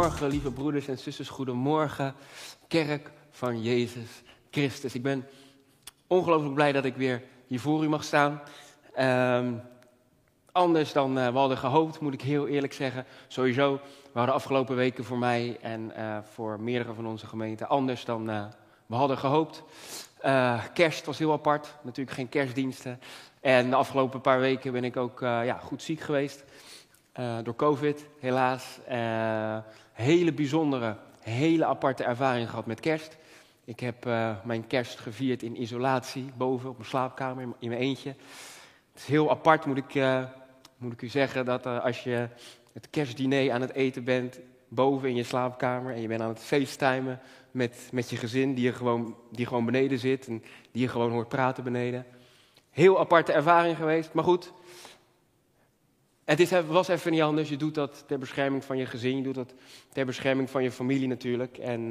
Goedemorgen, lieve broeders en zusters. Goedemorgen, kerk van Jezus Christus. Ik ben ongelooflijk blij dat ik weer hier voor u mag staan. Anders dan we hadden gehoopt, moet ik heel eerlijk zeggen. Sowieso, we hadden afgelopen weken voor mij en voor meerdere van onze gemeenten anders dan we hadden gehoopt. Kerst was heel apart, natuurlijk geen kerstdiensten. En de afgelopen paar weken ben ik ook goed ziek geweest. Door COVID, helaas. Hele bijzondere, hele aparte ervaring gehad met kerst. Ik heb mijn kerst gevierd in isolatie, boven op mijn slaapkamer, in mijn eentje. Het is heel apart, moet ik u zeggen, dat als je het kerstdiner aan het eten bent, boven in je slaapkamer, en je bent aan het facetimen met je gezin, die gewoon beneden zit en die je gewoon hoort praten beneden. Heel aparte ervaring geweest, maar goed. Het was even niet anders. Je doet dat ter bescherming van je gezin. Je doet dat ter bescherming van je familie natuurlijk. En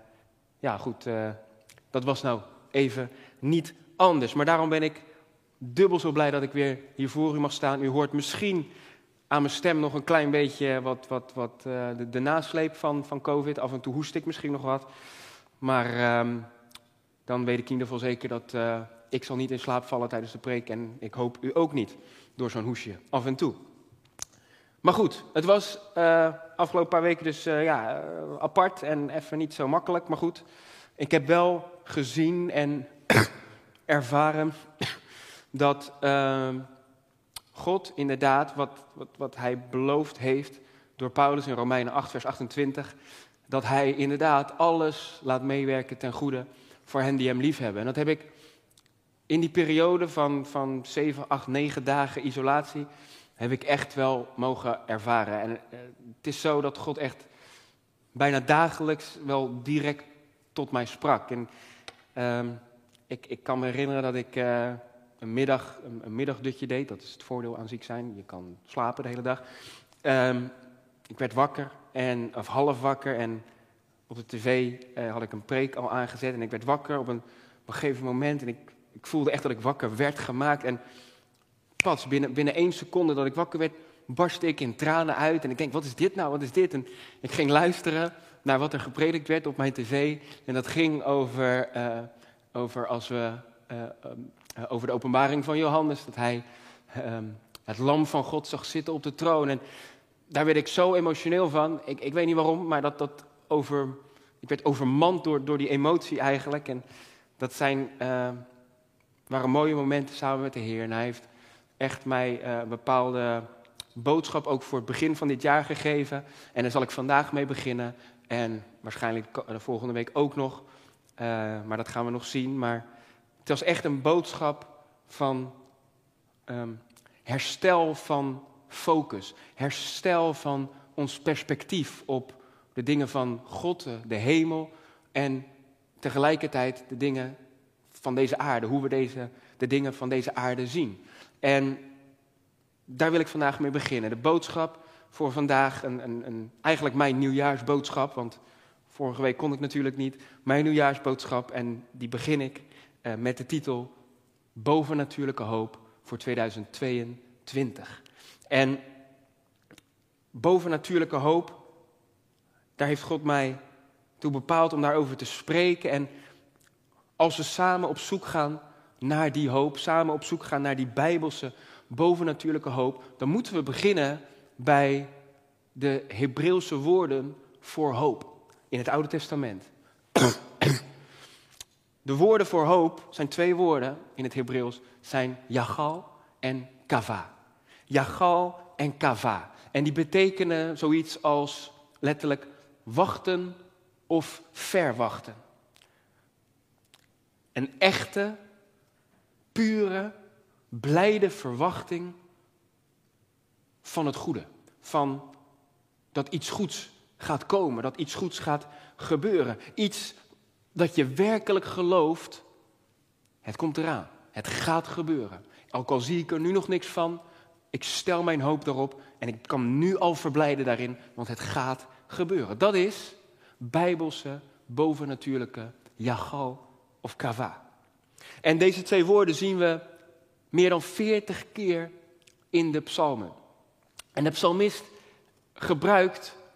dat was nou even niet anders. Maar daarom ben ik dubbel zo blij dat ik weer hier voor u mag staan. U hoort misschien aan mijn stem nog een klein beetje de nasleep van COVID. Af en toe hoest ik misschien nog wat. Maar dan weet ik in ieder geval zeker dat ik zal niet in slaap vallen tijdens de preek. En ik hoop u ook niet door zo'n hoesje af en toe. Maar goed, het was afgelopen paar weken dus apart en even niet zo makkelijk. Maar goed, ik heb wel gezien en ervaren dat God inderdaad, wat hij beloofd heeft door Paulus in Romeinen 8 vers 28... dat hij inderdaad alles laat meewerken ten goede voor hen die hem liefhebben. En dat heb ik in die periode van 7, 8, 9 dagen isolatie heb ik echt wel mogen ervaren. En het is zo dat God echt bijna dagelijks wel direct tot mij sprak. En ik kan me herinneren dat ik een middagdutje deed. Dat is het voordeel aan ziek zijn. Je kan slapen de hele dag. Ik werd wakker, of half wakker. En op de tv had ik een preek al aangezet. En ik werd wakker op een gegeven moment. En ik voelde echt dat ik wakker werd gemaakt. En pas binnen 1 seconde dat ik wakker werd, barstte ik in tranen uit. En ik denk, wat is dit nou, wat is dit? En ik ging luisteren naar wat er gepredikt werd op mijn tv. En dat ging over de openbaring van Johannes. Dat hij het lam van God zag zitten op de troon. En daar werd ik zo emotioneel van. Ik weet niet waarom, maar ik werd overmand door die emotie eigenlijk. En dat waren mooie momenten samen met de Heer. En hij heeft echt mij een bepaalde boodschap ook voor het begin van dit jaar gegeven. En daar zal ik vandaag mee beginnen. En waarschijnlijk de volgende week ook nog. Maar dat gaan we nog zien. Maar het was echt een boodschap van herstel van focus. Herstel van ons perspectief op de dingen van God, de hemel. En tegelijkertijd de dingen van deze aarde. Hoe we de dingen van deze aarde zien. En daar wil ik vandaag mee beginnen. De boodschap voor vandaag, eigenlijk mijn nieuwjaarsboodschap, want vorige week kon ik natuurlijk niet. Mijn nieuwjaarsboodschap en die begin ik met de titel Bovennatuurlijke hoop voor 2022. En bovennatuurlijke hoop, daar heeft God mij toe bepaald om daarover te spreken. En als we samen op zoek gaan naar die hoop, samen op zoek gaan naar die bijbelse bovennatuurlijke hoop, dan moeten we beginnen bij de Hebreeuwse woorden voor hoop in het Oude Testament. De woorden voor hoop zijn 2 woorden in het Hebreeuws, zijn jagal en kava. Jagal en kava. En die betekenen zoiets als letterlijk wachten of verwachten. Een echte, pure, blijde verwachting van het goede. Van dat iets goeds gaat komen, dat iets goeds gaat gebeuren. Iets dat je werkelijk gelooft, het komt eraan. Het gaat gebeuren. Ook al zie ik er nu nog niks van, ik stel mijn hoop daarop en ik kan nu al verblijden daarin, want het gaat gebeuren. Dat is bijbelse, bovennatuurlijke jagal of kava. En deze 2 woorden zien we meer dan 40 keer in de psalmen. En de psalmist gebruikt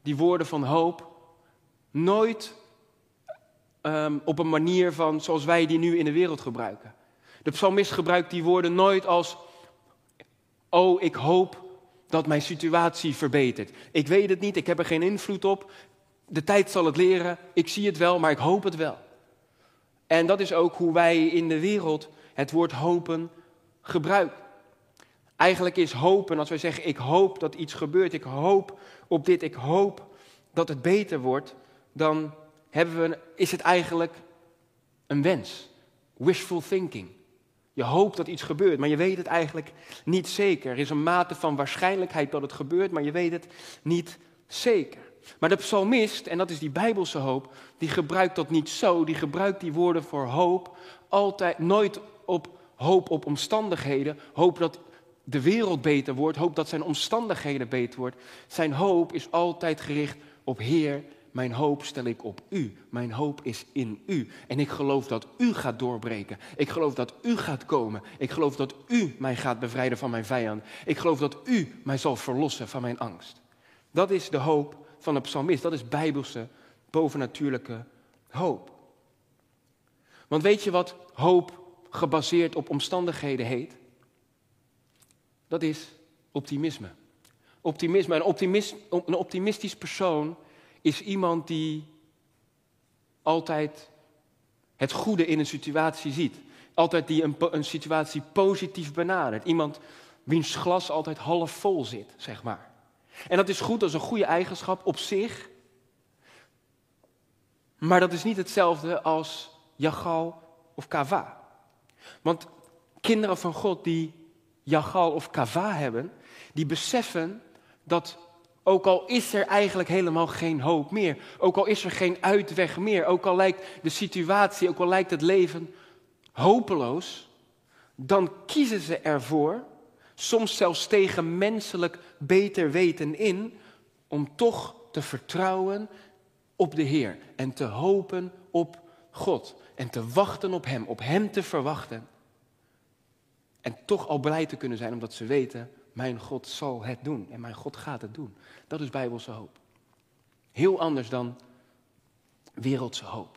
die woorden van hoop nooit op een manier van zoals wij die nu in de wereld gebruiken. De psalmist gebruikt die woorden nooit als, oh, ik hoop dat mijn situatie verbetert. Ik weet het niet, ik heb er geen invloed op. De tijd zal het leren, ik zie het wel, maar ik hoop het wel. En dat is ook hoe wij in de wereld het woord hopen gebruiken. Eigenlijk is hopen, als wij zeggen, ik hoop dat iets gebeurt, ik hoop op dit, ik hoop dat het beter wordt, dan is het eigenlijk een wens. Wishful thinking. Je hoopt dat iets gebeurt, maar je weet het eigenlijk niet zeker. Er is een mate van waarschijnlijkheid dat het gebeurt, maar je weet het niet zeker. Maar de psalmist, en dat is die Bijbelse hoop, die gebruikt dat niet zo. Die gebruikt die woorden voor hoop altijd, nooit op hoop op omstandigheden. Hoop dat de wereld beter wordt, hoop dat zijn omstandigheden beter wordt. Zijn hoop is altijd gericht op Heer, mijn hoop stel ik op u. Mijn hoop is in u. En ik geloof dat u gaat doorbreken. Ik geloof dat u gaat komen. Ik geloof dat u mij gaat bevrijden van mijn vijand. Ik geloof dat u mij zal verlossen van mijn angst. Dat is de hoop van de psalmist. Dat is bijbelse, bovennatuurlijke hoop. Want weet je wat hoop gebaseerd op omstandigheden heet? Dat is optimisme. Optimisme. Een optimistisch persoon is iemand die altijd het goede in een situatie ziet. Altijd die een situatie positief benadert. Iemand wiens glas altijd half vol zit, zeg maar. En dat is goed, dat is een goede eigenschap op zich. Maar dat is niet hetzelfde als Jagal of Kava. Want kinderen van God die Jagal of Kava hebben, die beseffen dat ook al is er eigenlijk helemaal geen hoop meer, ook al is er geen uitweg meer, ook al lijkt de situatie, ook al lijkt het leven hopeloos, dan kiezen ze ervoor, soms zelfs tegen menselijk beter weten in, om toch te vertrouwen op de Heer en te hopen op God en te wachten op Hem te verwachten. En toch al blij te kunnen zijn omdat ze weten, mijn God zal het doen en mijn God gaat het doen. Dat is bijbelse hoop. Heel anders dan wereldse hoop.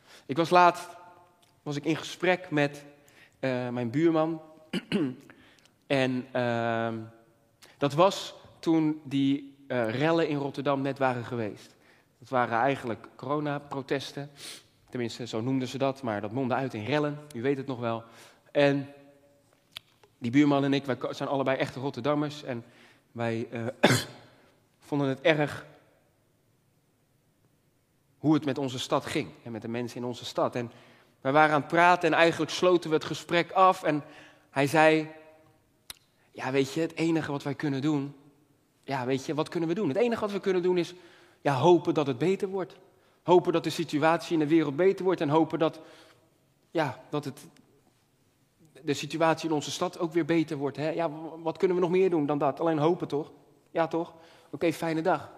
Was ik in gesprek met mijn buurman. En dat was toen die rellen in Rotterdam net waren geweest. Dat waren eigenlijk coronaprotesten. Tenminste, zo noemden ze dat, maar dat mondde uit in rellen. U weet het nog wel. En die buurman en ik, wij zijn allebei echte Rotterdammers. En wij vonden het erg hoe het met onze stad ging. En met de mensen in onze stad. En wij waren aan het praten en eigenlijk sloten we het gesprek af. En hij zei, ja weet je, het enige wat wij kunnen doen. Ja weet je, wat kunnen we doen? Het enige wat we kunnen doen is hopen dat het beter wordt. Hopen dat de situatie in de wereld beter wordt. En hopen dat de situatie in onze stad ook weer beter wordt. Hè? Ja, wat kunnen we nog meer doen dan dat? Alleen hopen toch? Ja toch? Oké, fijne dag.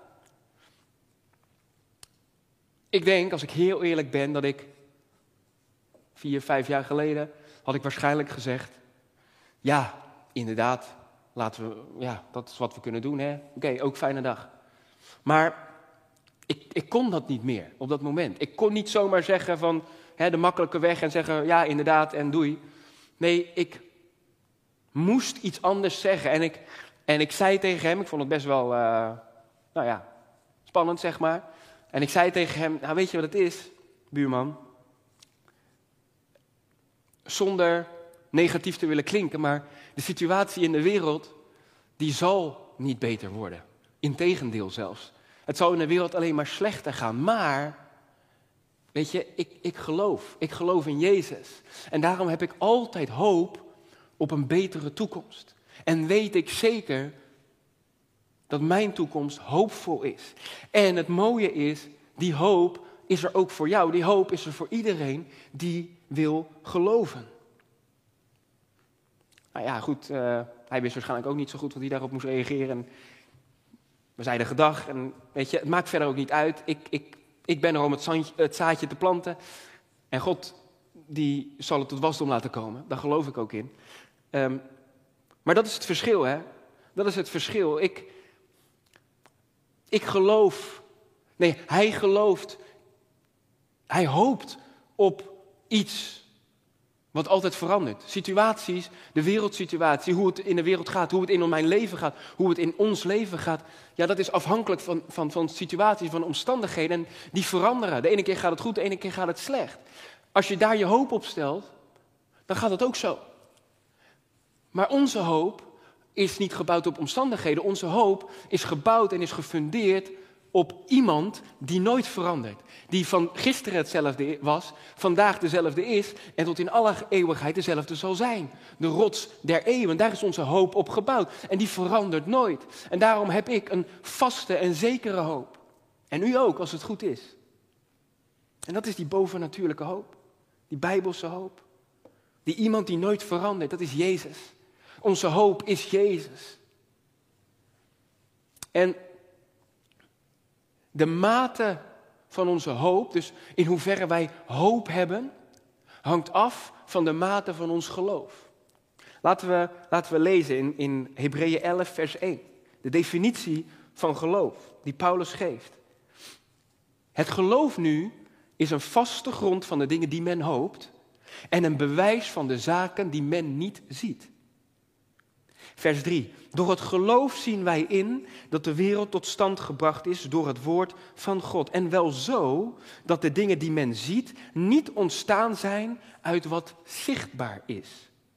Ik denk, als ik heel eerlijk ben, dat ik 4, 5 jaar geleden had ik waarschijnlijk gezegd, ja, inderdaad, dat is wat we kunnen doen. Hè? Oké, ook fijne dag. Maar ik kon dat niet meer op dat moment. Ik kon niet zomaar zeggen van de makkelijke weg en zeggen, ja, inderdaad en doei. Nee, ik moest iets anders zeggen. En ik zei tegen hem, ik vond het best wel, spannend zeg maar. En ik zei tegen hem, nou weet je wat het is, buurman? Zonder negatief te willen klinken, maar de situatie in de wereld, die zal niet beter worden. Integendeel zelfs. Het zal in de wereld alleen maar slechter gaan. Maar, weet je, ik geloof in Jezus. En daarom heb ik altijd hoop op een betere toekomst. En weet ik zeker dat mijn toekomst hoopvol is. En het mooie is, die hoop is er ook voor jou. Die hoop is er voor iedereen die wil geloven. Nou ja, goed, hij wist waarschijnlijk ook niet zo goed wat hij daarop moest reageren. En we zeiden gedag en weet je, het maakt verder ook niet uit. Ik ben er om het zaadje te planten. En God, die zal het tot wasdom laten komen. Daar geloof ik ook in. Maar dat is het verschil, hè. Dat is het verschil. Ik geloof. Nee, hij gelooft. Hij hoopt op iets wat altijd verandert. Situaties, de wereldsituatie, hoe het in de wereld gaat, hoe het in mijn leven gaat, hoe het in ons leven gaat. Ja, dat is afhankelijk van situaties, van omstandigheden. En die veranderen. De ene keer gaat het goed, de ene keer gaat het slecht. Als je daar je hoop op stelt, dan gaat het ook zo. Maar onze hoop is niet gebouwd op omstandigheden. Onze hoop is gebouwd en is gefundeerd op iemand die nooit verandert. Die van gisteren hetzelfde was, vandaag dezelfde is en tot in alle eeuwigheid dezelfde zal zijn. De rots der eeuwen, daar is onze hoop op gebouwd. En die verandert nooit. En daarom heb ik een vaste en zekere hoop. En u ook, als het goed is. En dat is die bovennatuurlijke hoop. Die bijbelse hoop. Die iemand die nooit verandert, dat is Jezus. Onze hoop is Jezus. En de mate van onze hoop, dus in hoeverre wij hoop hebben, hangt af van de mate van ons geloof. Laten we lezen in Hebreeën 11 vers 1. De definitie van geloof die Paulus geeft. Het geloof nu is een vaste grond van de dingen die men hoopt en een bewijs van de zaken die men niet ziet. Vers 3. Door het geloof zien wij in dat de wereld tot stand gebracht is door het woord van God. En wel zo dat de dingen die men ziet niet ontstaan zijn uit wat zichtbaar is.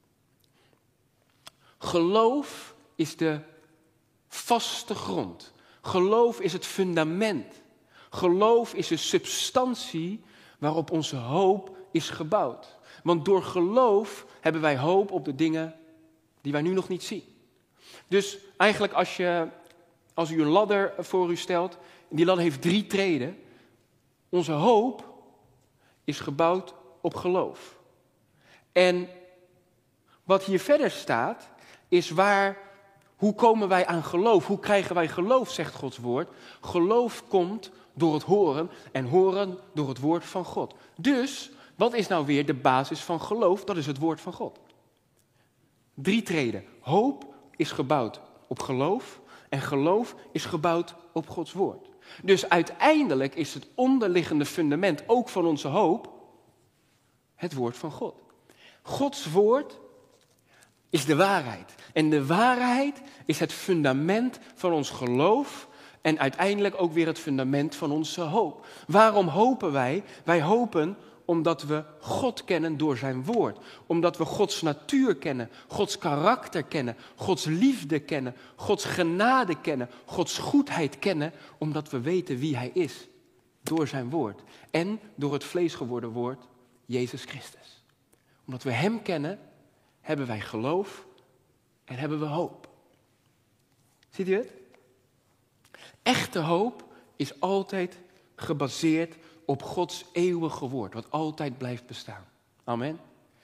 Geloof is de vaste grond. Geloof is het fundament. Geloof is de substantie waarop onze hoop is gebouwd. Want door geloof hebben wij hoop op de dingen die wij nu nog niet zien. Dus eigenlijk als u een ladder voor u stelt, en die ladder heeft 3 treden. Onze hoop is gebouwd op geloof. En wat hier verder staat, is hoe komen wij aan geloof? Hoe krijgen wij geloof, zegt Gods woord? Geloof komt door het horen en horen door het woord van God. Dus, wat is nou weer de basis van geloof? Dat is het woord van God. 3 treden. Hoop is gebouwd op geloof en geloof is gebouwd op Gods woord. Dus uiteindelijk is het onderliggende fundament ook van onze hoop het woord van God. Gods woord is de waarheid. En de waarheid is het fundament van ons geloof en uiteindelijk ook weer het fundament van onze hoop. Waarom hopen wij? Wij hopen omdat we God kennen door zijn woord. Omdat we Gods natuur kennen, Gods karakter kennen, Gods liefde kennen, Gods genade kennen, Gods goedheid kennen. Omdat we weten wie hij is door zijn woord. En door het vlees geworden woord, Jezus Christus. Omdat we hem kennen, hebben wij geloof en hebben we hoop. Ziet u het? Echte hoop is altijd gebaseerd op Gods eeuwige woord, wat altijd blijft bestaan. Amen.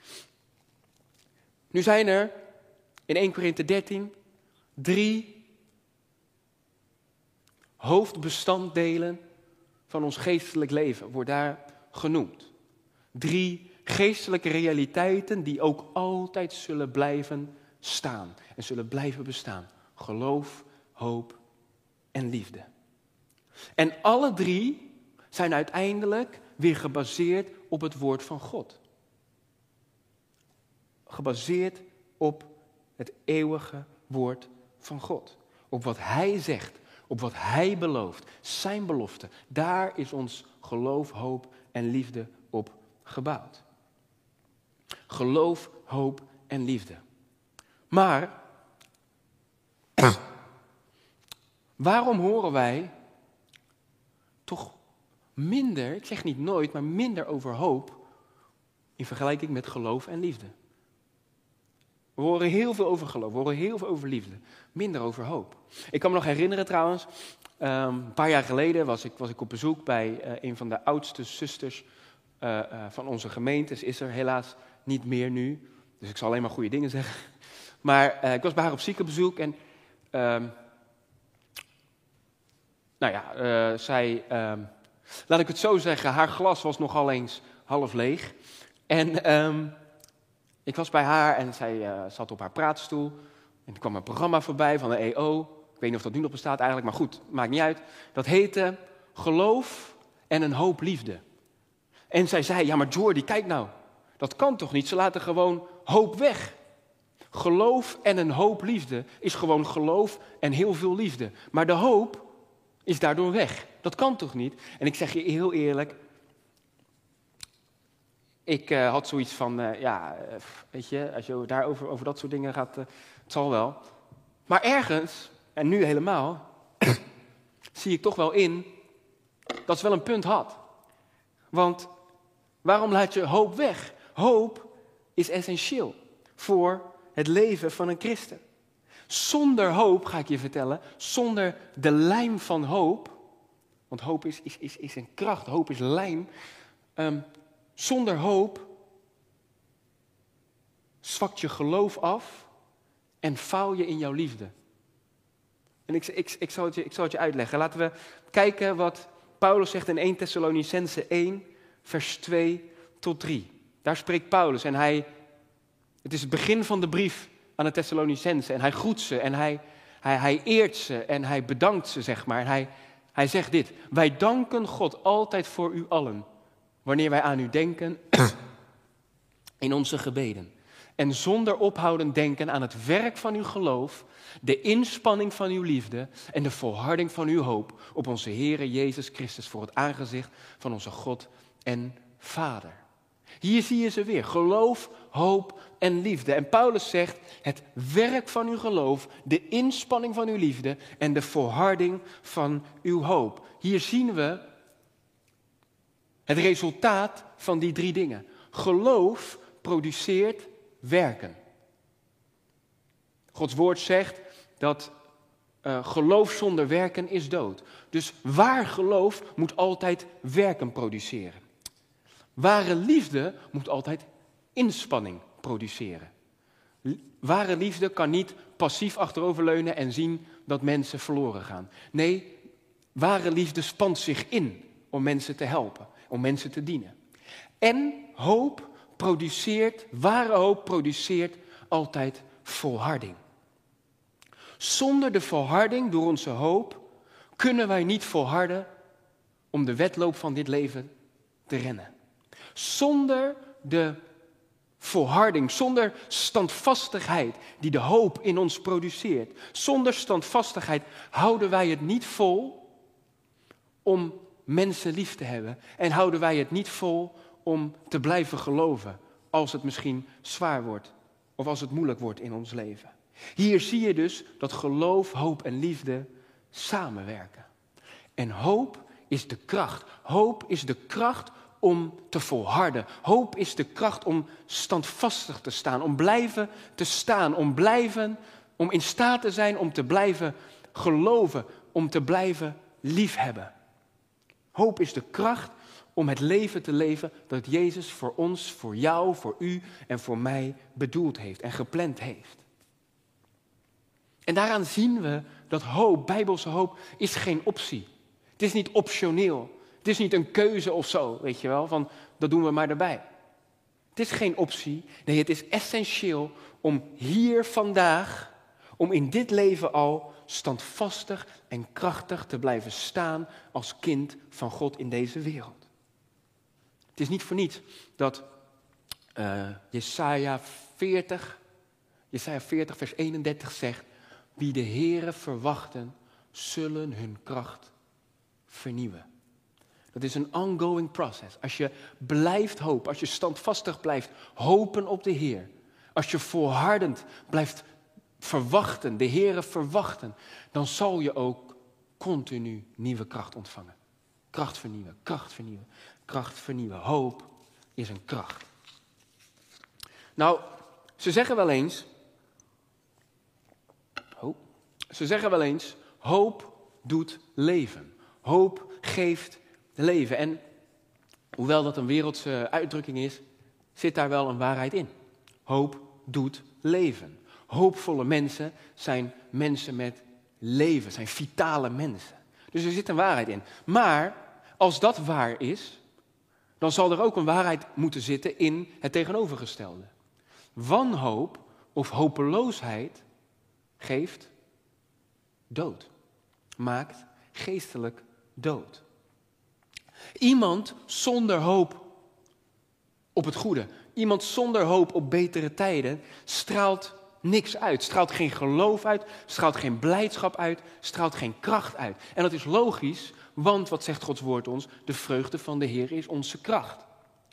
Nu zijn er in 1 Korinthe 13 3 hoofdbestanddelen van ons geestelijk leven, wordt daar genoemd. 3 geestelijke realiteiten die ook altijd zullen blijven staan en zullen blijven bestaan. Geloof, hoop en liefde. En alle 3 zijn uiteindelijk weer gebaseerd op het woord van God. Gebaseerd op het eeuwige woord van God. Op wat hij zegt, op wat hij belooft, zijn belofte. Daar is ons geloof, hoop en liefde op gebouwd. Geloof, hoop en liefde. Maar waarom horen wij toch minder, ik zeg niet nooit, maar minder over hoop in vergelijking met geloof en liefde? We horen heel veel over geloof, we horen heel veel over liefde, minder over hoop. Ik kan me nog herinneren trouwens, een paar jaar geleden was ik op bezoek bij een van de oudste zusters van onze gemeente. Ze is er helaas niet meer nu, dus ik zal alleen maar goede dingen zeggen. Maar ik was bij haar op ziekenbezoek en zij, laat ik het zo zeggen, haar glas was nogal eens half leeg. En ik was bij haar en zij zat op haar praatstoel. En er kwam een programma voorbij van de EO, Ik weet niet of dat nu nog bestaat eigenlijk, maar goed, maakt niet uit. Dat heette Geloof en een hoop liefde. En zij zei, ja maar Jordi, kijk nou, dat kan toch niet? Ze laten gewoon hoop weg. Geloof en een hoop liefde is gewoon geloof en heel veel liefde. Maar de hoop is daardoor weg. Dat kan toch niet? En ik zeg je heel eerlijk, ik had zoiets van, weet je, als je daarover over dat soort dingen gaat, het zal wel. Maar ergens, en nu helemaal, zie ik toch wel in dat ze wel een punt had. Want waarom laat je hoop weg? Hoop is essentieel voor het leven van een christen. Zonder hoop, ga ik je vertellen, zonder de lijm van hoop, want hoop is een kracht, hoop is lijm. Zonder hoop zwakt je geloof af en faal je in jouw liefde. En ik zal het je uitleggen. Laten we kijken wat Paulus zegt in 1 Thessalonicenzen 1, vers 2 tot 3. Daar spreekt Paulus en het is het begin van de brief aan de Thessalonicenzen. En hij groet ze en hij eert ze en hij bedankt ze, zeg maar. En hij zegt dit: wij danken God altijd voor u allen, wanneer wij aan u denken in onze gebeden. En zonder ophouden denken aan het werk van uw geloof, de inspanning van uw liefde en de volharding van uw hoop op onze Heere Jezus Christus voor het aangezicht van onze God en Vader. Hier zie je ze weer, geloof, hoop en liefde. En Paulus zegt, het werk van uw geloof, de inspanning van uw liefde en de volharding van uw hoop. Hier zien we het resultaat van die 3 dingen. Geloof produceert werken. Gods woord zegt dat geloof zonder werken is dood. Dus waar geloof moet altijd werken produceren. Ware liefde moet altijd inspanning produceren. Ware liefde kan niet passief achteroverleunen en zien dat mensen verloren gaan. Nee, ware liefde spant zich in om mensen te helpen, om mensen te dienen. En ware hoop produceert altijd volharding. Zonder de volharding door onze hoop kunnen wij niet volharden om de wedloop van dit leven te rennen. Zonder de volharding, zonder standvastigheid die de hoop in ons produceert, zonder standvastigheid houden wij het niet vol om mensen lief te hebben en houden wij het niet vol om te blijven geloven als het misschien zwaar wordt of als het moeilijk wordt in ons leven. Hier zie je dus dat geloof, hoop en liefde samenwerken. En hoop is de kracht. Hoop is de kracht om te volharden. Hoop is de kracht om standvastig te staan, om blijven te staan, om in staat te zijn om te blijven geloven, om te blijven liefhebben. Hoop is de kracht om het leven te leven dat Jezus voor ons, voor jou, voor u en voor mij bedoeld heeft en gepland heeft. En daaraan zien we dat hoop, bijbelse hoop, is geen optie. Het is niet optioneel. Het is niet een keuze of zo, weet je wel, van dat doen we maar erbij. Het is geen optie. Nee, het is essentieel om hier vandaag, om in dit leven al standvastig en krachtig te blijven staan als kind van God in deze wereld. Het is niet voor niets dat Jesaja 40 vers 31 zegt, wie de Heere verwachten, zullen hun kracht vernieuwen. Dat is een ongoing process. Als je blijft hopen, als je standvastig blijft hopen op de Heer, als je volhardend blijft verwachten, de Heere verwachten, dan zal je ook continu nieuwe kracht ontvangen. Kracht vernieuwen, kracht vernieuwen, kracht vernieuwen. Hoop is een kracht. Nou, ze zeggen wel eens, hoop doet leven. Hoop geeft leven. En hoewel dat een wereldse uitdrukking is, zit daar wel een waarheid in. Hoop doet leven. Hoopvolle mensen zijn mensen met leven, zijn vitale mensen. Dus er zit een waarheid in. Maar als dat waar is, dan zal er ook een waarheid moeten zitten in het tegenovergestelde. Wanhoop of hopeloosheid geeft dood. Maakt geestelijk dood. Iemand zonder hoop op het goede, iemand zonder hoop op betere tijden, straalt niks uit. Straalt geen geloof uit, straalt geen blijdschap uit, straalt geen kracht uit. En dat is logisch, want wat zegt Gods woord ons? De vreugde van de Heer is onze kracht.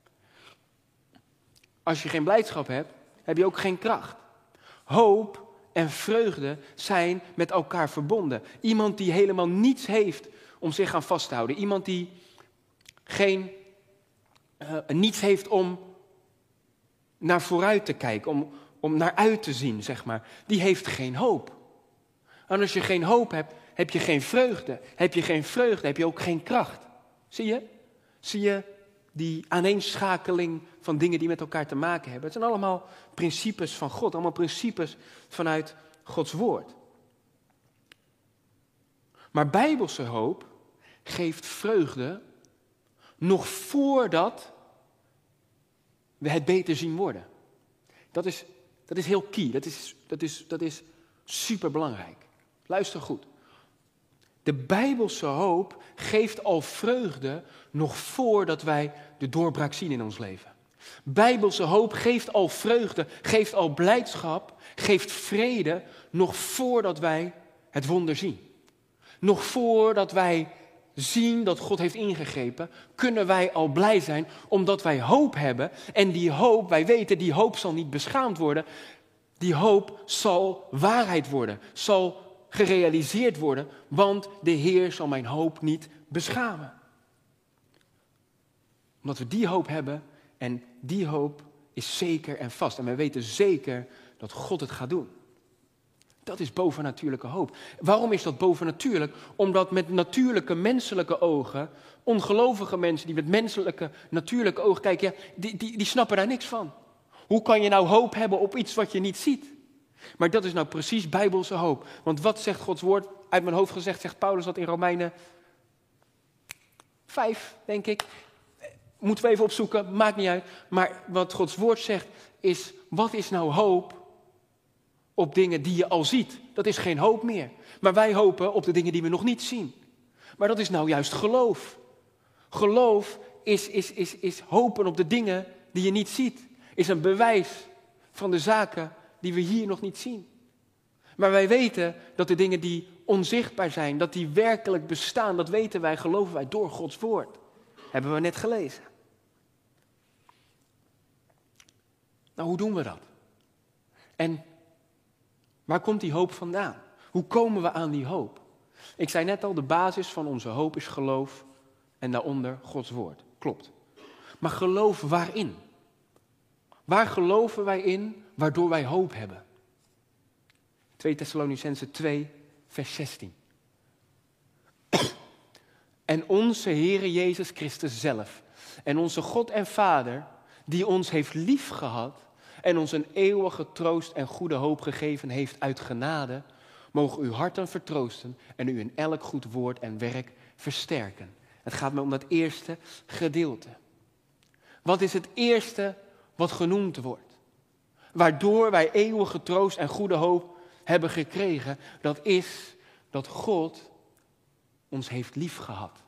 Als je geen blijdschap hebt, heb je ook geen kracht. Hoop en vreugde zijn met elkaar verbonden. Iemand die helemaal niets heeft om zich aan vast te houden. Iemand die niets heeft om naar vooruit te kijken, om naar uit te zien, zeg maar. Die heeft geen hoop. En als je geen hoop hebt, heb je geen vreugde. Heb je geen vreugde, heb je ook geen kracht. Zie je? Zie je die aaneenschakeling van dingen die met elkaar te maken hebben? Het zijn allemaal principes van God, allemaal principes vanuit Gods woord. Maar bijbelse hoop geeft vreugde nog voordat we het beter zien worden. Dat is heel key, dat is superbelangrijk. Luister goed. De bijbelse hoop geeft al vreugde nog voordat wij de doorbraak zien in ons leven. Bijbelse hoop geeft al vreugde, geeft al blijdschap, geeft vrede nog voordat wij het wonder zien. Nog voordat wij zien dat God heeft ingegrepen, kunnen wij al blij zijn omdat wij hoop hebben. En die hoop, wij weten, die hoop zal niet beschaamd worden. Die hoop zal waarheid worden, zal gerealiseerd worden, want de Heer zal mijn hoop niet beschamen. Omdat we die hoop hebben en die hoop is zeker en vast. En wij weten zeker dat God het gaat doen. Dat is bovennatuurlijke hoop. Waarom is dat bovennatuurlijk? Omdat met natuurlijke menselijke ogen, ongelovige mensen die met menselijke natuurlijke ogen kijken, ja, die snappen daar niks van. Hoe kan je nou hoop hebben op iets wat je niet ziet? Maar dat is nou precies bijbelse hoop. Want wat zegt Gods woord? Uit mijn hoofd gezegd zegt Paulus dat in Romeinen 5, denk ik. Moeten we even opzoeken, maakt niet uit. Maar wat Gods woord zegt is, wat is nou hoop op dingen die je al ziet? Dat is geen hoop meer. Maar wij hopen op de dingen die we nog niet zien. Maar dat is nou juist geloof. Geloof is hopen op de dingen die je niet ziet. Is een bewijs van de zaken die we hier nog niet zien. Maar wij weten dat de dingen die onzichtbaar zijn, dat die werkelijk bestaan, dat weten wij, geloven wij door Gods woord. Hebben we net gelezen. Nou, hoe doen we dat? En waar komt die hoop vandaan? Hoe komen we aan die hoop? Ik zei net al, de basis van onze hoop is geloof en daaronder Gods woord. Klopt. Maar geloof waarin? Waar geloven wij in waardoor wij hoop hebben? 2 Thessalonicenzen 2, vers 16. En onze Heere Jezus Christus zelf en onze God en Vader, die ons heeft liefgehad en ons een eeuwige troost en goede hoop gegeven heeft uit genade, mogen uw harten vertroosten en u in elk goed woord en werk versterken. Het gaat me om dat eerste gedeelte. Wat is het eerste wat genoemd wordt? Waardoor wij eeuwige troost en goede hoop hebben gekregen, dat is dat God ons heeft liefgehad.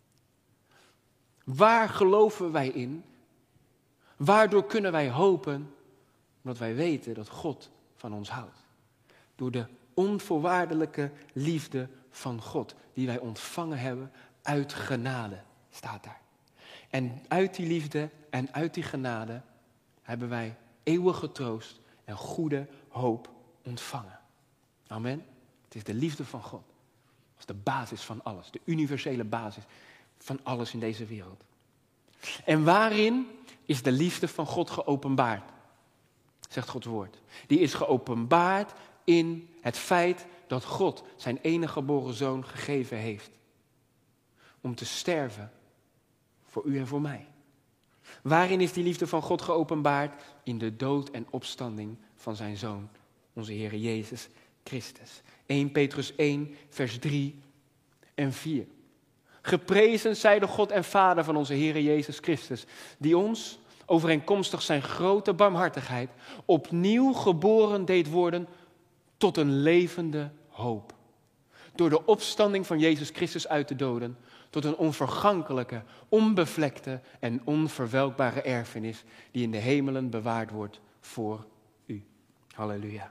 Waar geloven wij in? Waardoor kunnen wij hopen? Omdat wij weten dat God van ons houdt. Door de onvoorwaardelijke liefde van God, die wij ontvangen hebben uit genade, staat daar. En uit die liefde en uit die genade hebben wij eeuwige troost en goede hoop ontvangen. Amen. Het is de liefde van God. Dat is de basis van alles, de universele basis van alles in deze wereld. En waarin is de liefde van God geopenbaard? Zegt Gods woord. Die is geopenbaard in het feit dat God zijn enige geboren zoon gegeven heeft. Om te sterven voor u en voor mij. Waarin is die liefde van God geopenbaard? In de dood en opstanding van zijn zoon, onze Heere Jezus Christus. 1 Petrus 1, vers 3 en 4. Geprezen zij de God en Vader van onze Heere Jezus Christus, die ons, overeenkomstig zijn grote barmhartigheid, opnieuw geboren deed worden tot een levende hoop. door de opstanding van Jezus Christus uit de doden tot een onvergankelijke, onbevlekte en onverwelkbare erfenis die in de hemelen bewaard wordt voor u. Halleluja.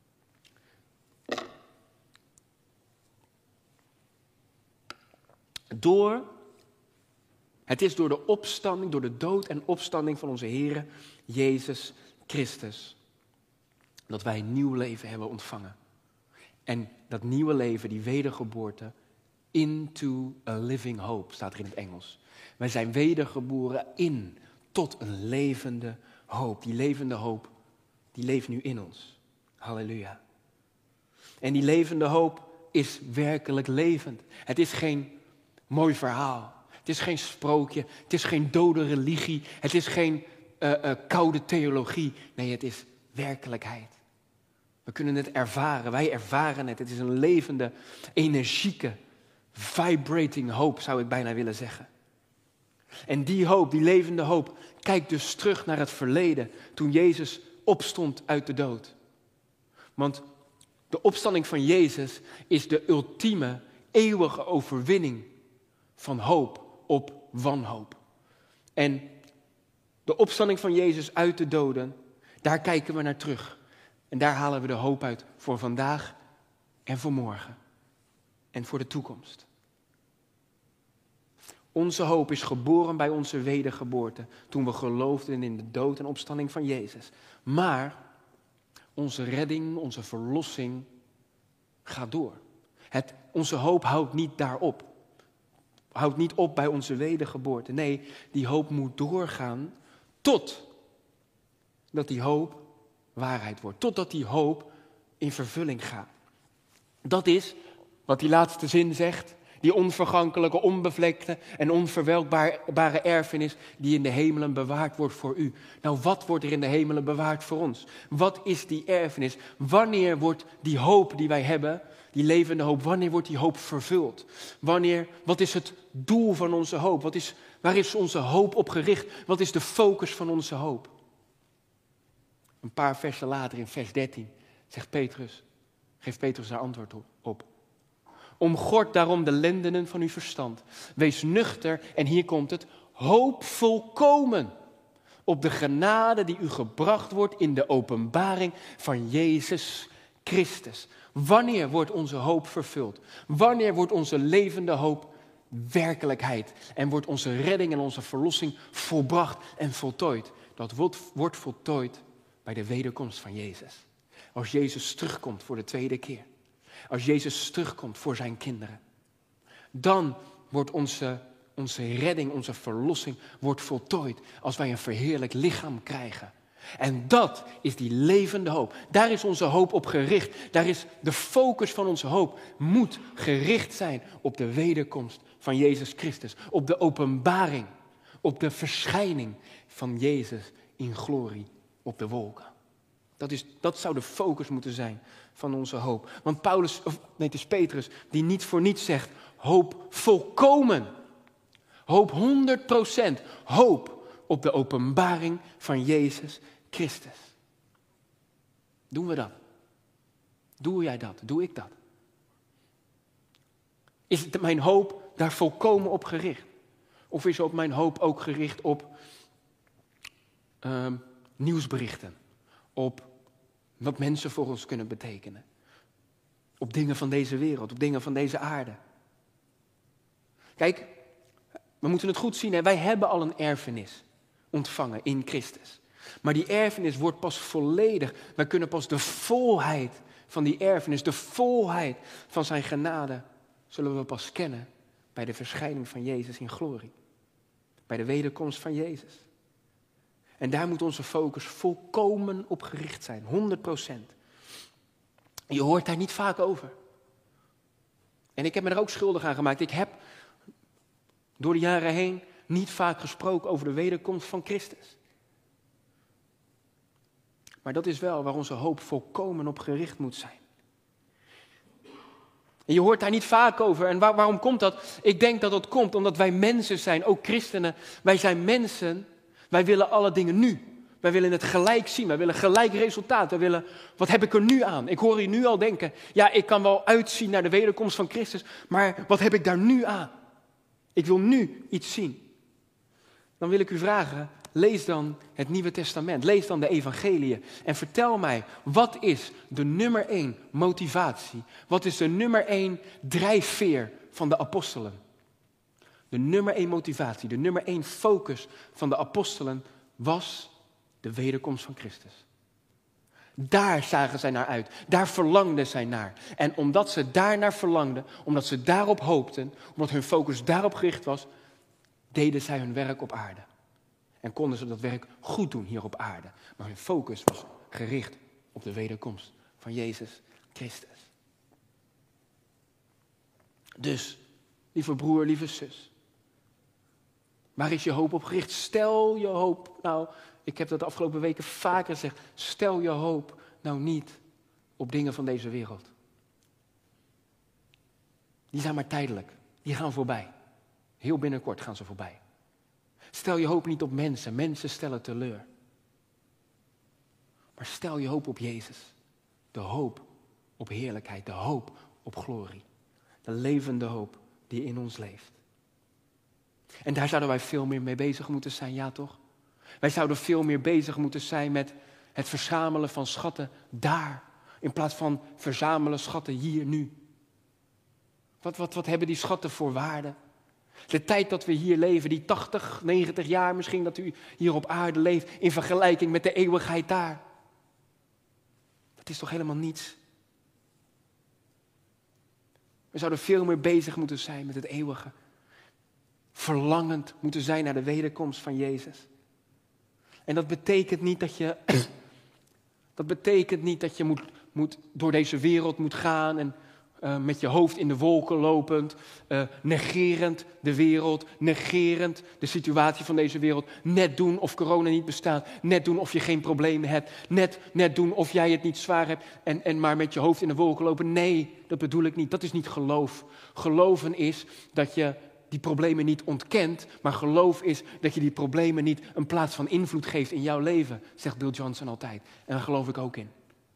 Het is door de opstanding, door de dood en opstanding van onze Heere Jezus Christus, dat wij een nieuw leven hebben ontvangen. En dat nieuwe leven, die wedergeboorte, into a living hope, staat er in het Engels. Wij zijn wedergeboren tot een levende hoop. Die levende hoop, die leeft nu in ons. Halleluja. En die levende hoop is werkelijk levend. Het is geen mooi verhaal. Het is geen sprookje. Het is geen dode religie. Het is geen koude theologie. Nee, het is werkelijkheid. We kunnen het ervaren. Wij ervaren het. Het is een levende, energieke, vibrating hoop, zou ik bijna willen zeggen. En die hoop, die levende hoop, kijkt dus terug naar het verleden, toen Jezus opstond uit de dood. Want de opstanding van Jezus is de ultieme, eeuwige overwinning van hoop op wanhoop. En de opstanding van Jezus uit de doden, daar kijken we naar terug. En daar halen we de hoop uit voor vandaag en voor morgen. En voor de toekomst. Onze hoop is geboren bij onze wedergeboorte, toen we geloofden in de dood en opstanding van Jezus. Maar onze redding, onze verlossing gaat door. Onze hoop houdt niet daarop. Houdt niet op bij onze wedergeboorte. Nee, die hoop moet doorgaan totdat die hoop waarheid wordt. Totdat die hoop in vervulling gaat. Dat is wat die laatste zin zegt. Die onvergankelijke, onbevlekte en onverwelkbare erfenis die in de hemelen bewaard wordt voor u. Nou, wat wordt er in de hemelen bewaard voor ons? Wat is die erfenis? Wanneer wordt die hoop die wij hebben, die levende hoop, wanneer wordt die hoop vervuld? Wat is het doel van onze hoop? Waar is onze hoop op gericht? Wat is de focus van onze hoop? Een paar versen later, in vers 13, geeft Petrus daar antwoord op. Omgord daarom de lendenen van uw verstand. Wees nuchter, en hier komt het, hoop volkomen op de genade die u gebracht wordt in de openbaring van Jezus Christus. Wanneer wordt onze hoop vervuld? Wanneer wordt onze levende hoop werkelijkheid? En wordt onze redding en onze verlossing volbracht en voltooid? Dat wordt voltooid bij de wederkomst van Jezus. Als Jezus terugkomt voor de tweede keer. Als Jezus terugkomt voor zijn kinderen. Dan wordt onze redding, onze verlossing wordt voltooid. Als wij een verheerlijk lichaam krijgen. En dat is die levende hoop. Daar is onze hoop op gericht. Daar is de focus van onze hoop. Moet gericht zijn op de wederkomst van Jezus Christus. Op de openbaring. Op de verschijning van Jezus in glorie op de wolken. Dat zou de focus moeten zijn van onze hoop. Want het is Petrus die niet voor niets zegt, hoop volkomen. Hoop 100%. Hoop op de openbaring van Jezus Christus. Doen we dat? Doe jij dat? Doe ik dat? Is mijn hoop daar volkomen op gericht? Of is mijn hoop ook gericht op nieuwsberichten? Op wat mensen voor ons kunnen betekenen. Op dingen van deze wereld, op dingen van deze aarde. Kijk, we moeten het goed zien. Hè? Wij hebben al een erfenis ontvangen in Christus. Maar die erfenis wordt pas volledig. Wij kunnen pas de volheid van die erfenis, de volheid van zijn genade, zullen we pas kennen bij de verschijning van Jezus in glorie. Bij de wederkomst van Jezus. En daar moet onze focus volkomen op gericht zijn, 100%. Je hoort daar niet vaak over. En ik heb me er ook schuldig aan gemaakt. Ik heb door de jaren heen niet vaak gesproken over de wederkomst van Christus. Maar dat is wel waar onze hoop volkomen op gericht moet zijn. En je hoort daar niet vaak over. En waarom komt dat? Ik denk dat dat komt omdat wij mensen zijn, ook christenen. Wij zijn mensen, wij willen alle dingen nu. Wij willen het gelijk zien. Wij willen gelijk resultaat. Wij willen, wat heb ik er nu aan? Ik hoor je nu al denken, ja, ik kan wel uitzien naar de wederkomst van Christus, maar wat heb ik daar nu aan? Ik wil nu iets zien. Dan wil ik u vragen, lees dan het Nieuwe Testament. Lees dan de evangeliën. En vertel mij, wat is de nummer 1 motivatie? Wat is de nummer 1 drijfveer van de apostelen? De nummer 1 motivatie, de nummer 1 focus van de apostelen was de wederkomst van Christus. Daar zagen zij naar uit. Daar verlangden zij naar. En omdat ze daarnaar verlangden, omdat ze daarop hoopten, omdat hun focus daarop gericht was, deden zij hun werk op aarde. En konden ze dat werk goed doen hier op aarde. Maar hun focus was gericht op de wederkomst van Jezus Christus. Dus, lieve broer, lieve zus, waar is je hoop op gericht? Stel je hoop, nou, ik heb dat de afgelopen weken vaker gezegd, stel je hoop nou niet op dingen van deze wereld. Die zijn maar tijdelijk, die gaan voorbij. Heel binnenkort gaan ze voorbij. Stel je hoop niet op mensen, mensen stellen teleur. Maar stel je hoop op Jezus. De hoop op heerlijkheid, de hoop op glorie. De levende hoop die in ons leeft. En daar zouden wij veel meer mee bezig moeten zijn, ja toch? Wij zouden veel meer bezig moeten zijn met het verzamelen van schatten daar. In plaats van verzamelen schatten hier, nu. Wat hebben die schatten voor waarde? De tijd dat we hier leven, die 80, 90 jaar misschien dat u hier op aarde leeft, in vergelijking met de eeuwigheid daar. Dat is toch helemaal niets? We zouden veel meer bezig moeten zijn met het eeuwige. Verlangend moeten zijn naar de wederkomst van Jezus. En dat betekent niet dat je moet door deze wereld moet gaan en met je hoofd in de wolken lopend, negerend de wereld, negerend de situatie van deze wereld, net doen of corona niet bestaat, net doen of je geen problemen hebt, net doen of jij het niet zwaar hebt en maar met je hoofd in de wolken lopen. Nee, dat bedoel ik niet. Dat is niet geloof. Geloven is dat je die problemen niet ontkent, maar geloof is dat je die problemen niet een plaats van invloed geeft in jouw leven, zegt Bill Johnson altijd. En daar geloof ik ook in.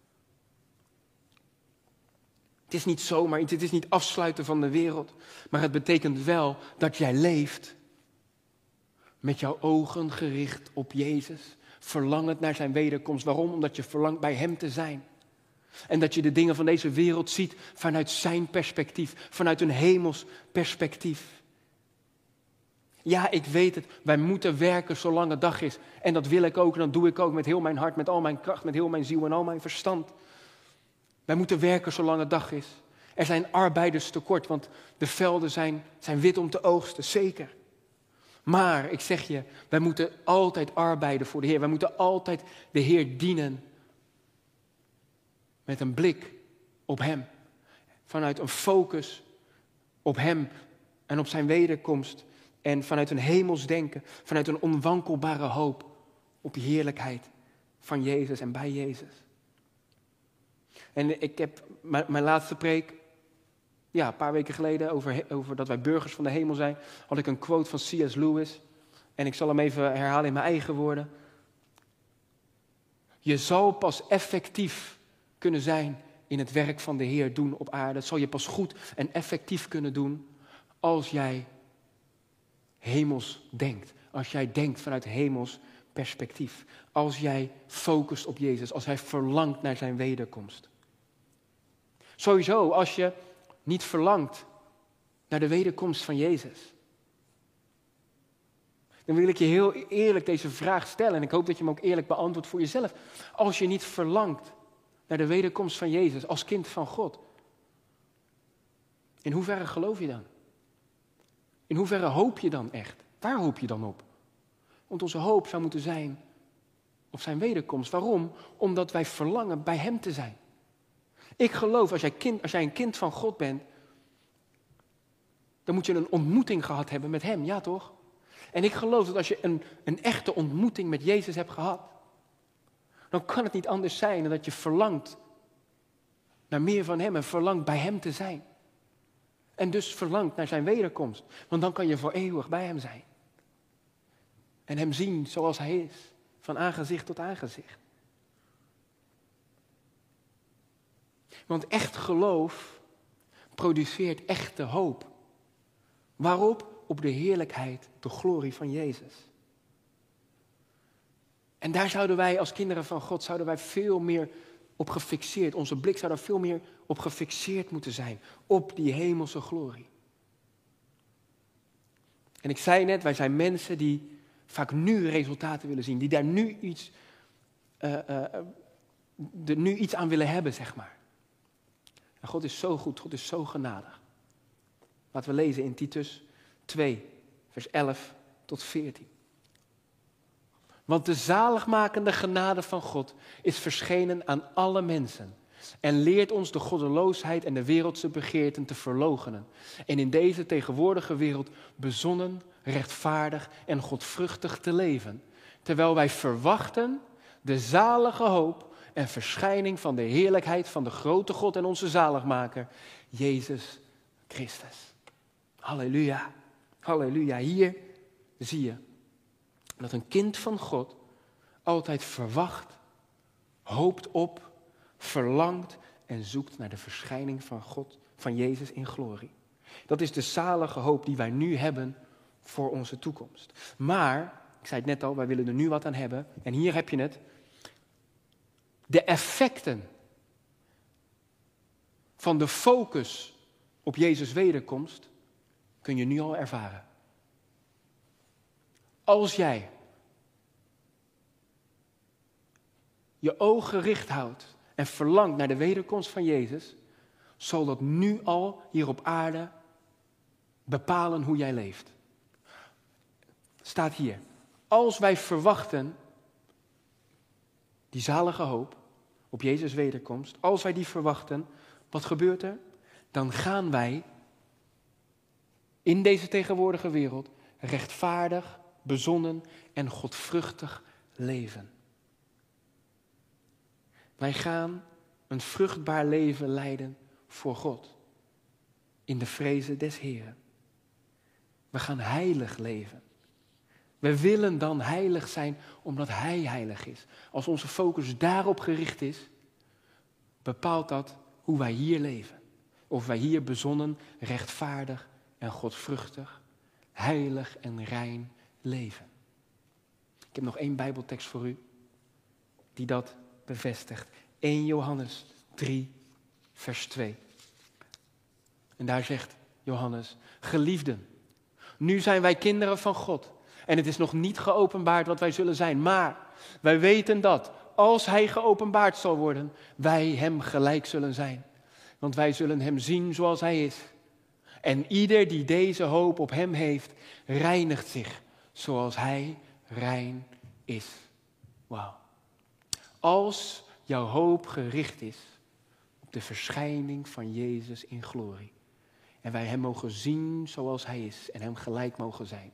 Het is niet zomaar iets, het is niet afsluiten van de wereld, maar het betekent wel dat jij leeft met jouw ogen gericht op Jezus, verlangend naar zijn wederkomst. Waarom? Omdat je verlangt bij hem te zijn. En dat je de dingen van deze wereld ziet vanuit zijn perspectief, vanuit een hemels perspectief. Ja, ik weet het, wij moeten werken zolang het dag is. En dat wil ik ook en dat doe ik ook met heel mijn hart, met al mijn kracht, met heel mijn ziel en al mijn verstand. Wij moeten werken zolang het dag is. Er zijn arbeiders tekort, want de velden zijn wit om te oogsten, zeker. Maar, ik zeg je, wij moeten altijd arbeiden voor de Heer. Wij moeten altijd de Heer dienen. Met een blik op hem. Vanuit een focus op hem en op zijn wederkomst. En vanuit een hemels denken, vanuit een onwankelbare hoop op de heerlijkheid van Jezus en bij Jezus. En ik heb mijn laatste preek, een paar weken geleden, over dat wij burgers van de hemel zijn, had ik een quote van C.S. Lewis. En ik zal hem even herhalen in mijn eigen woorden. Je zal pas effectief kunnen zijn in het werk van de Heer doen op aarde. Dat zal je pas goed en effectief kunnen doen als jij hemels denkt. Als jij denkt vanuit hemels perspectief. Als jij focust op Jezus. Als hij verlangt naar zijn wederkomst. Sowieso, als je niet verlangt naar de wederkomst van Jezus. Dan wil ik je heel eerlijk deze vraag stellen. En ik hoop dat je hem ook eerlijk beantwoordt voor jezelf. Als je niet verlangt naar de wederkomst van Jezus als kind van God. In hoeverre geloof je dan? In hoeverre hoop je dan echt? Waar hoop je dan op? Want onze hoop zou moeten zijn op zijn wederkomst. Waarom? Omdat wij verlangen bij hem te zijn. Ik geloof, als jij een kind van God bent, dan moet je een ontmoeting gehad hebben met hem, ja toch? En ik geloof dat als je een echte ontmoeting met Jezus hebt gehad, dan kan het niet anders zijn dan dat je verlangt naar meer van hem en verlangt bij hem te zijn. En dus verlangt naar zijn wederkomst. Want dan kan je voor eeuwig bij hem zijn. En hem zien zoals hij is. Van aangezicht tot aangezicht. Want echt geloof produceert echte hoop. Waarop? Op de heerlijkheid, de glorie van Jezus. En daar zouden wij als kinderen van God veel meer op gefixeerd, onze blik zou daar veel meer op gefixeerd moeten zijn. Op die hemelse glorie. En ik zei net, wij zijn mensen die vaak nu resultaten willen zien. Die daar nu iets aan willen hebben, zeg maar. En God is zo goed, God is zo genadig. Laten we lezen in Titus 2, vers 11 tot 14. Want de zaligmakende genade van God is verschenen aan alle mensen en leert ons de goddeloosheid en de wereldse begeerten te verloochenen. En in deze tegenwoordige wereld bezonnen, rechtvaardig en godvruchtig te leven. Terwijl wij verwachten de zalige hoop en verschijning van de heerlijkheid van de grote God en onze zaligmaker, Jezus Christus. Halleluja, halleluja. Hier zie je dat een kind van God altijd verwacht, hoopt op, verlangt en zoekt naar de verschijning van God, van Jezus in glorie. Dat is de zalige hoop die wij nu hebben voor onze toekomst. Maar, ik zei het net al, wij willen er nu wat aan hebben. En hier heb je het. De effecten van de focus op Jezus' wederkomst kun je nu al ervaren. Als jij je oog gericht houdt en verlangt naar de wederkomst van Jezus, zal dat nu al hier op aarde bepalen hoe jij leeft. Staat hier. Als wij verwachten die zalige hoop op Jezus' wederkomst, als wij die verwachten, wat gebeurt er? Dan gaan wij in deze tegenwoordige wereld rechtvaardig, bezonnen en godvruchtig leven. Wij gaan een vruchtbaar leven leiden voor God. In de vreze des Heren. We gaan heilig leven. We willen dan heilig zijn omdat Hij heilig is. Als onze focus daarop gericht is, bepaalt dat hoe wij hier leven. Of wij hier bezonnen, rechtvaardig en godvruchtig, heilig en rein leven. Ik heb nog 1 Bijbeltekst voor u die dat bevestigt. 1 Johannes 3, vers 2. En daar zegt Johannes: geliefden, nu zijn wij kinderen van God. En het is nog niet geopenbaard wat wij zullen zijn. Maar wij weten dat als Hij geopenbaard zal worden, wij Hem gelijk zullen zijn. Want wij zullen Hem zien zoals Hij is. En ieder die deze hoop op Hem heeft, reinigt zich zoals Hij rein is. Wauw. Als jouw hoop gericht is op de verschijning van Jezus in glorie. En wij Hem mogen zien zoals Hij is en Hem gelijk mogen zijn.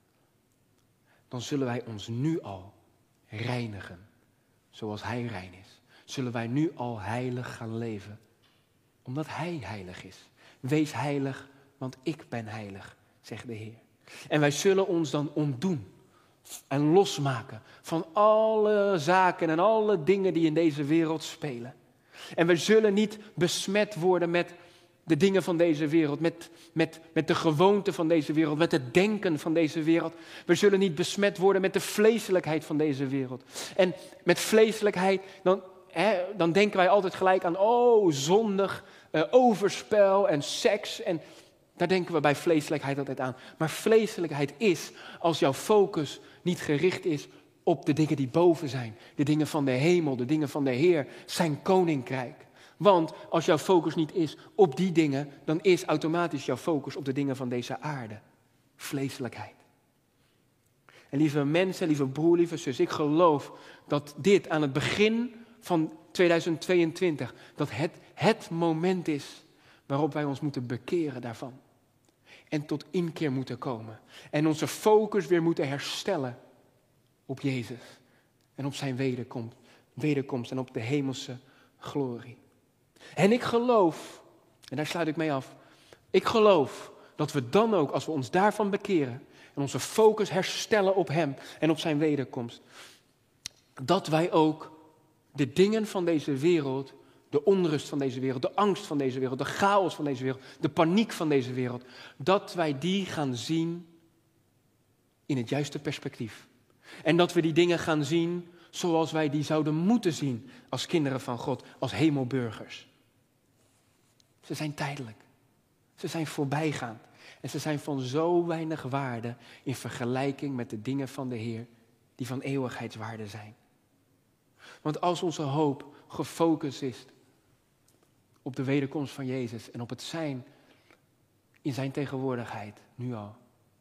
Dan zullen wij ons nu al reinigen zoals Hij rein is. Zullen wij nu al heilig gaan leven, omdat Hij heilig is. Wees heilig, want ik ben heilig, zegt de Heer. En wij zullen ons dan ontdoen en losmaken van alle zaken en alle dingen die in deze wereld spelen. En we zullen niet besmet worden met de dingen van deze wereld, met de gewoonten van deze wereld, met het denken van deze wereld. We zullen niet besmet worden met de vleeselijkheid van deze wereld. En met vleeselijkheid, dan denken wij altijd gelijk aan, zondig, overspel en seks. En daar denken we bij vleeselijkheid altijd aan. Maar vleeselijkheid is, als jouw focus niet gericht is op de dingen die boven zijn. De dingen van de hemel, de dingen van de Heer, zijn koninkrijk. Want als jouw focus niet is op die dingen, dan is automatisch jouw focus op de dingen van deze aarde. Vleeselijkheid. En lieve mensen, lieve broer, lieve zus, ik geloof dat dit aan het begin van 2022, dat het moment is waarop wij ons moeten bekeren daarvan. En tot inkeer moeten komen. En onze focus weer moeten herstellen op Jezus. En op zijn wederkomst en op de hemelse glorie. En ik geloof, en daar sluit ik mee af. Ik geloof dat we dan ook, als we ons daarvan bekeren en onze focus herstellen op Hem en op zijn wederkomst, dat wij ook de dingen van deze wereld, de onrust van deze wereld, de angst van deze wereld, de chaos van deze wereld, de paniek van deze wereld, dat wij die gaan zien in het juiste perspectief. En dat we die dingen gaan zien zoals wij die zouden moeten zien als kinderen van God, als hemelburgers. Ze zijn tijdelijk. Ze zijn voorbijgaand. En ze zijn van zo weinig waarde in vergelijking met de dingen van de Heer die van eeuwigheidswaarde zijn. Want als onze hoop gefocust is op de wederkomst van Jezus en op het zijn in zijn tegenwoordigheid, nu al.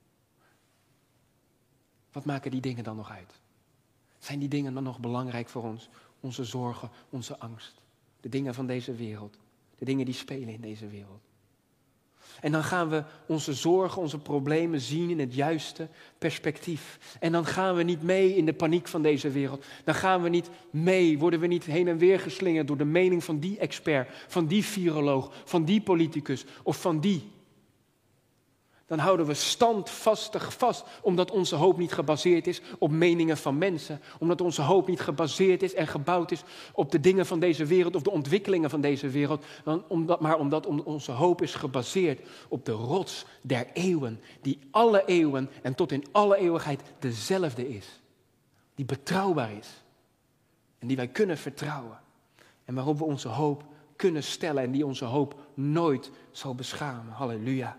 Wat maken die dingen dan nog uit? Zijn die dingen dan nog belangrijk voor ons? Onze zorgen, onze angst. De dingen van deze wereld. De dingen die spelen in deze wereld. En dan gaan we onze zorgen, onze problemen zien in het juiste perspectief. En dan gaan we niet mee in de paniek van deze wereld. Dan gaan we niet mee, worden we niet heen en weer geslingerd door de mening van die expert, van die viroloog, van die politicus of van die. Dan houden we standvastig vast, omdat onze hoop niet gebaseerd is op meningen van mensen. Omdat onze hoop niet gebaseerd is en gebouwd is op de dingen van deze wereld of de ontwikkelingen van deze wereld. Maar omdat onze hoop is gebaseerd op de rots der eeuwen, die alle eeuwen en tot in alle eeuwigheid dezelfde is. Die betrouwbaar is en die wij kunnen vertrouwen. En waarop we onze hoop kunnen stellen en die onze hoop nooit zal beschamen. Halleluja.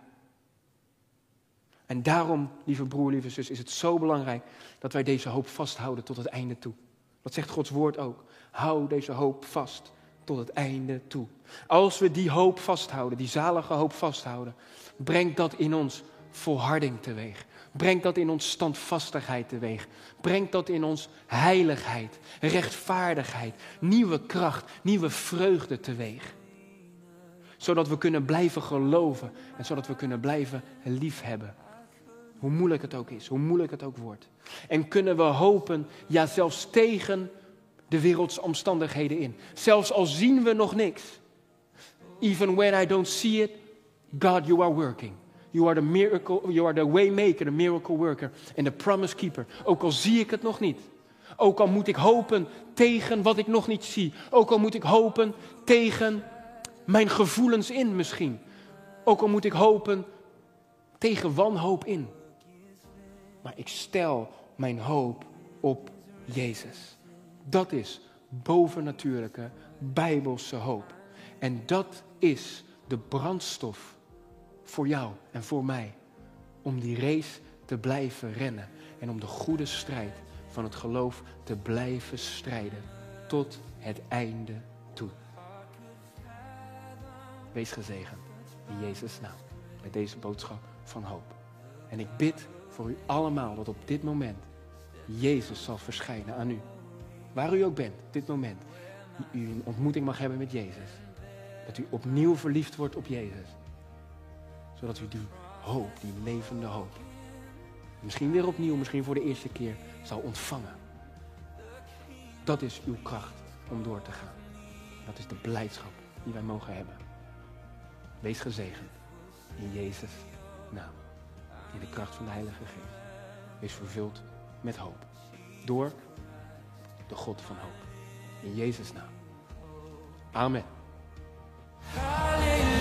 En daarom, lieve broer, lieve zus, is het zo belangrijk dat wij deze hoop vasthouden tot het einde toe. Dat zegt Gods woord ook. Hou deze hoop vast tot het einde toe. Als we die hoop vasthouden, die zalige hoop vasthouden, brengt dat in ons volharding teweeg. Brengt dat in ons standvastigheid teweeg. Brengt dat in ons heiligheid, rechtvaardigheid, nieuwe kracht, nieuwe vreugde teweeg. Zodat we kunnen blijven geloven en zodat we kunnen blijven liefhebben. Hoe moeilijk het ook is, hoe moeilijk het ook wordt. En kunnen we hopen, ja zelfs tegen de wereldse omstandigheden in. Zelfs al zien we nog niks. Even when I don't see it, God, you are working. You are the miracle, you are the waymaker, the miracle worker and the promise keeper. Ook al zie ik het nog niet. Ook al moet ik hopen tegen wat ik nog niet zie. Ook al moet ik hopen tegen mijn gevoelens in misschien. Ook al moet ik hopen tegen wanhoop in. Maar ik stel mijn hoop op Jezus. Dat is bovennatuurlijke, bijbelse hoop. En dat is de brandstof voor jou en voor mij. Om die race te blijven rennen. En om de goede strijd van het geloof te blijven strijden. Tot het einde toe. Wees gezegend in Jezus' naam. Met deze boodschap van hoop. En ik bid voor u allemaal dat op dit moment Jezus zal verschijnen aan u. Waar u ook bent, op dit moment. U een ontmoeting mag hebben met Jezus. Dat u opnieuw verliefd wordt op Jezus. Zodat u die hoop, die levende hoop, misschien weer opnieuw, misschien voor de eerste keer, zal ontvangen. Dat is uw kracht om door te gaan. Dat is de blijdschap die wij mogen hebben. Wees gezegend in Jezus' naam. In de kracht van de Heilige Geest. Wees vervuld met hoop. Door de God van hoop. In Jezus' naam. Amen. Halleluja.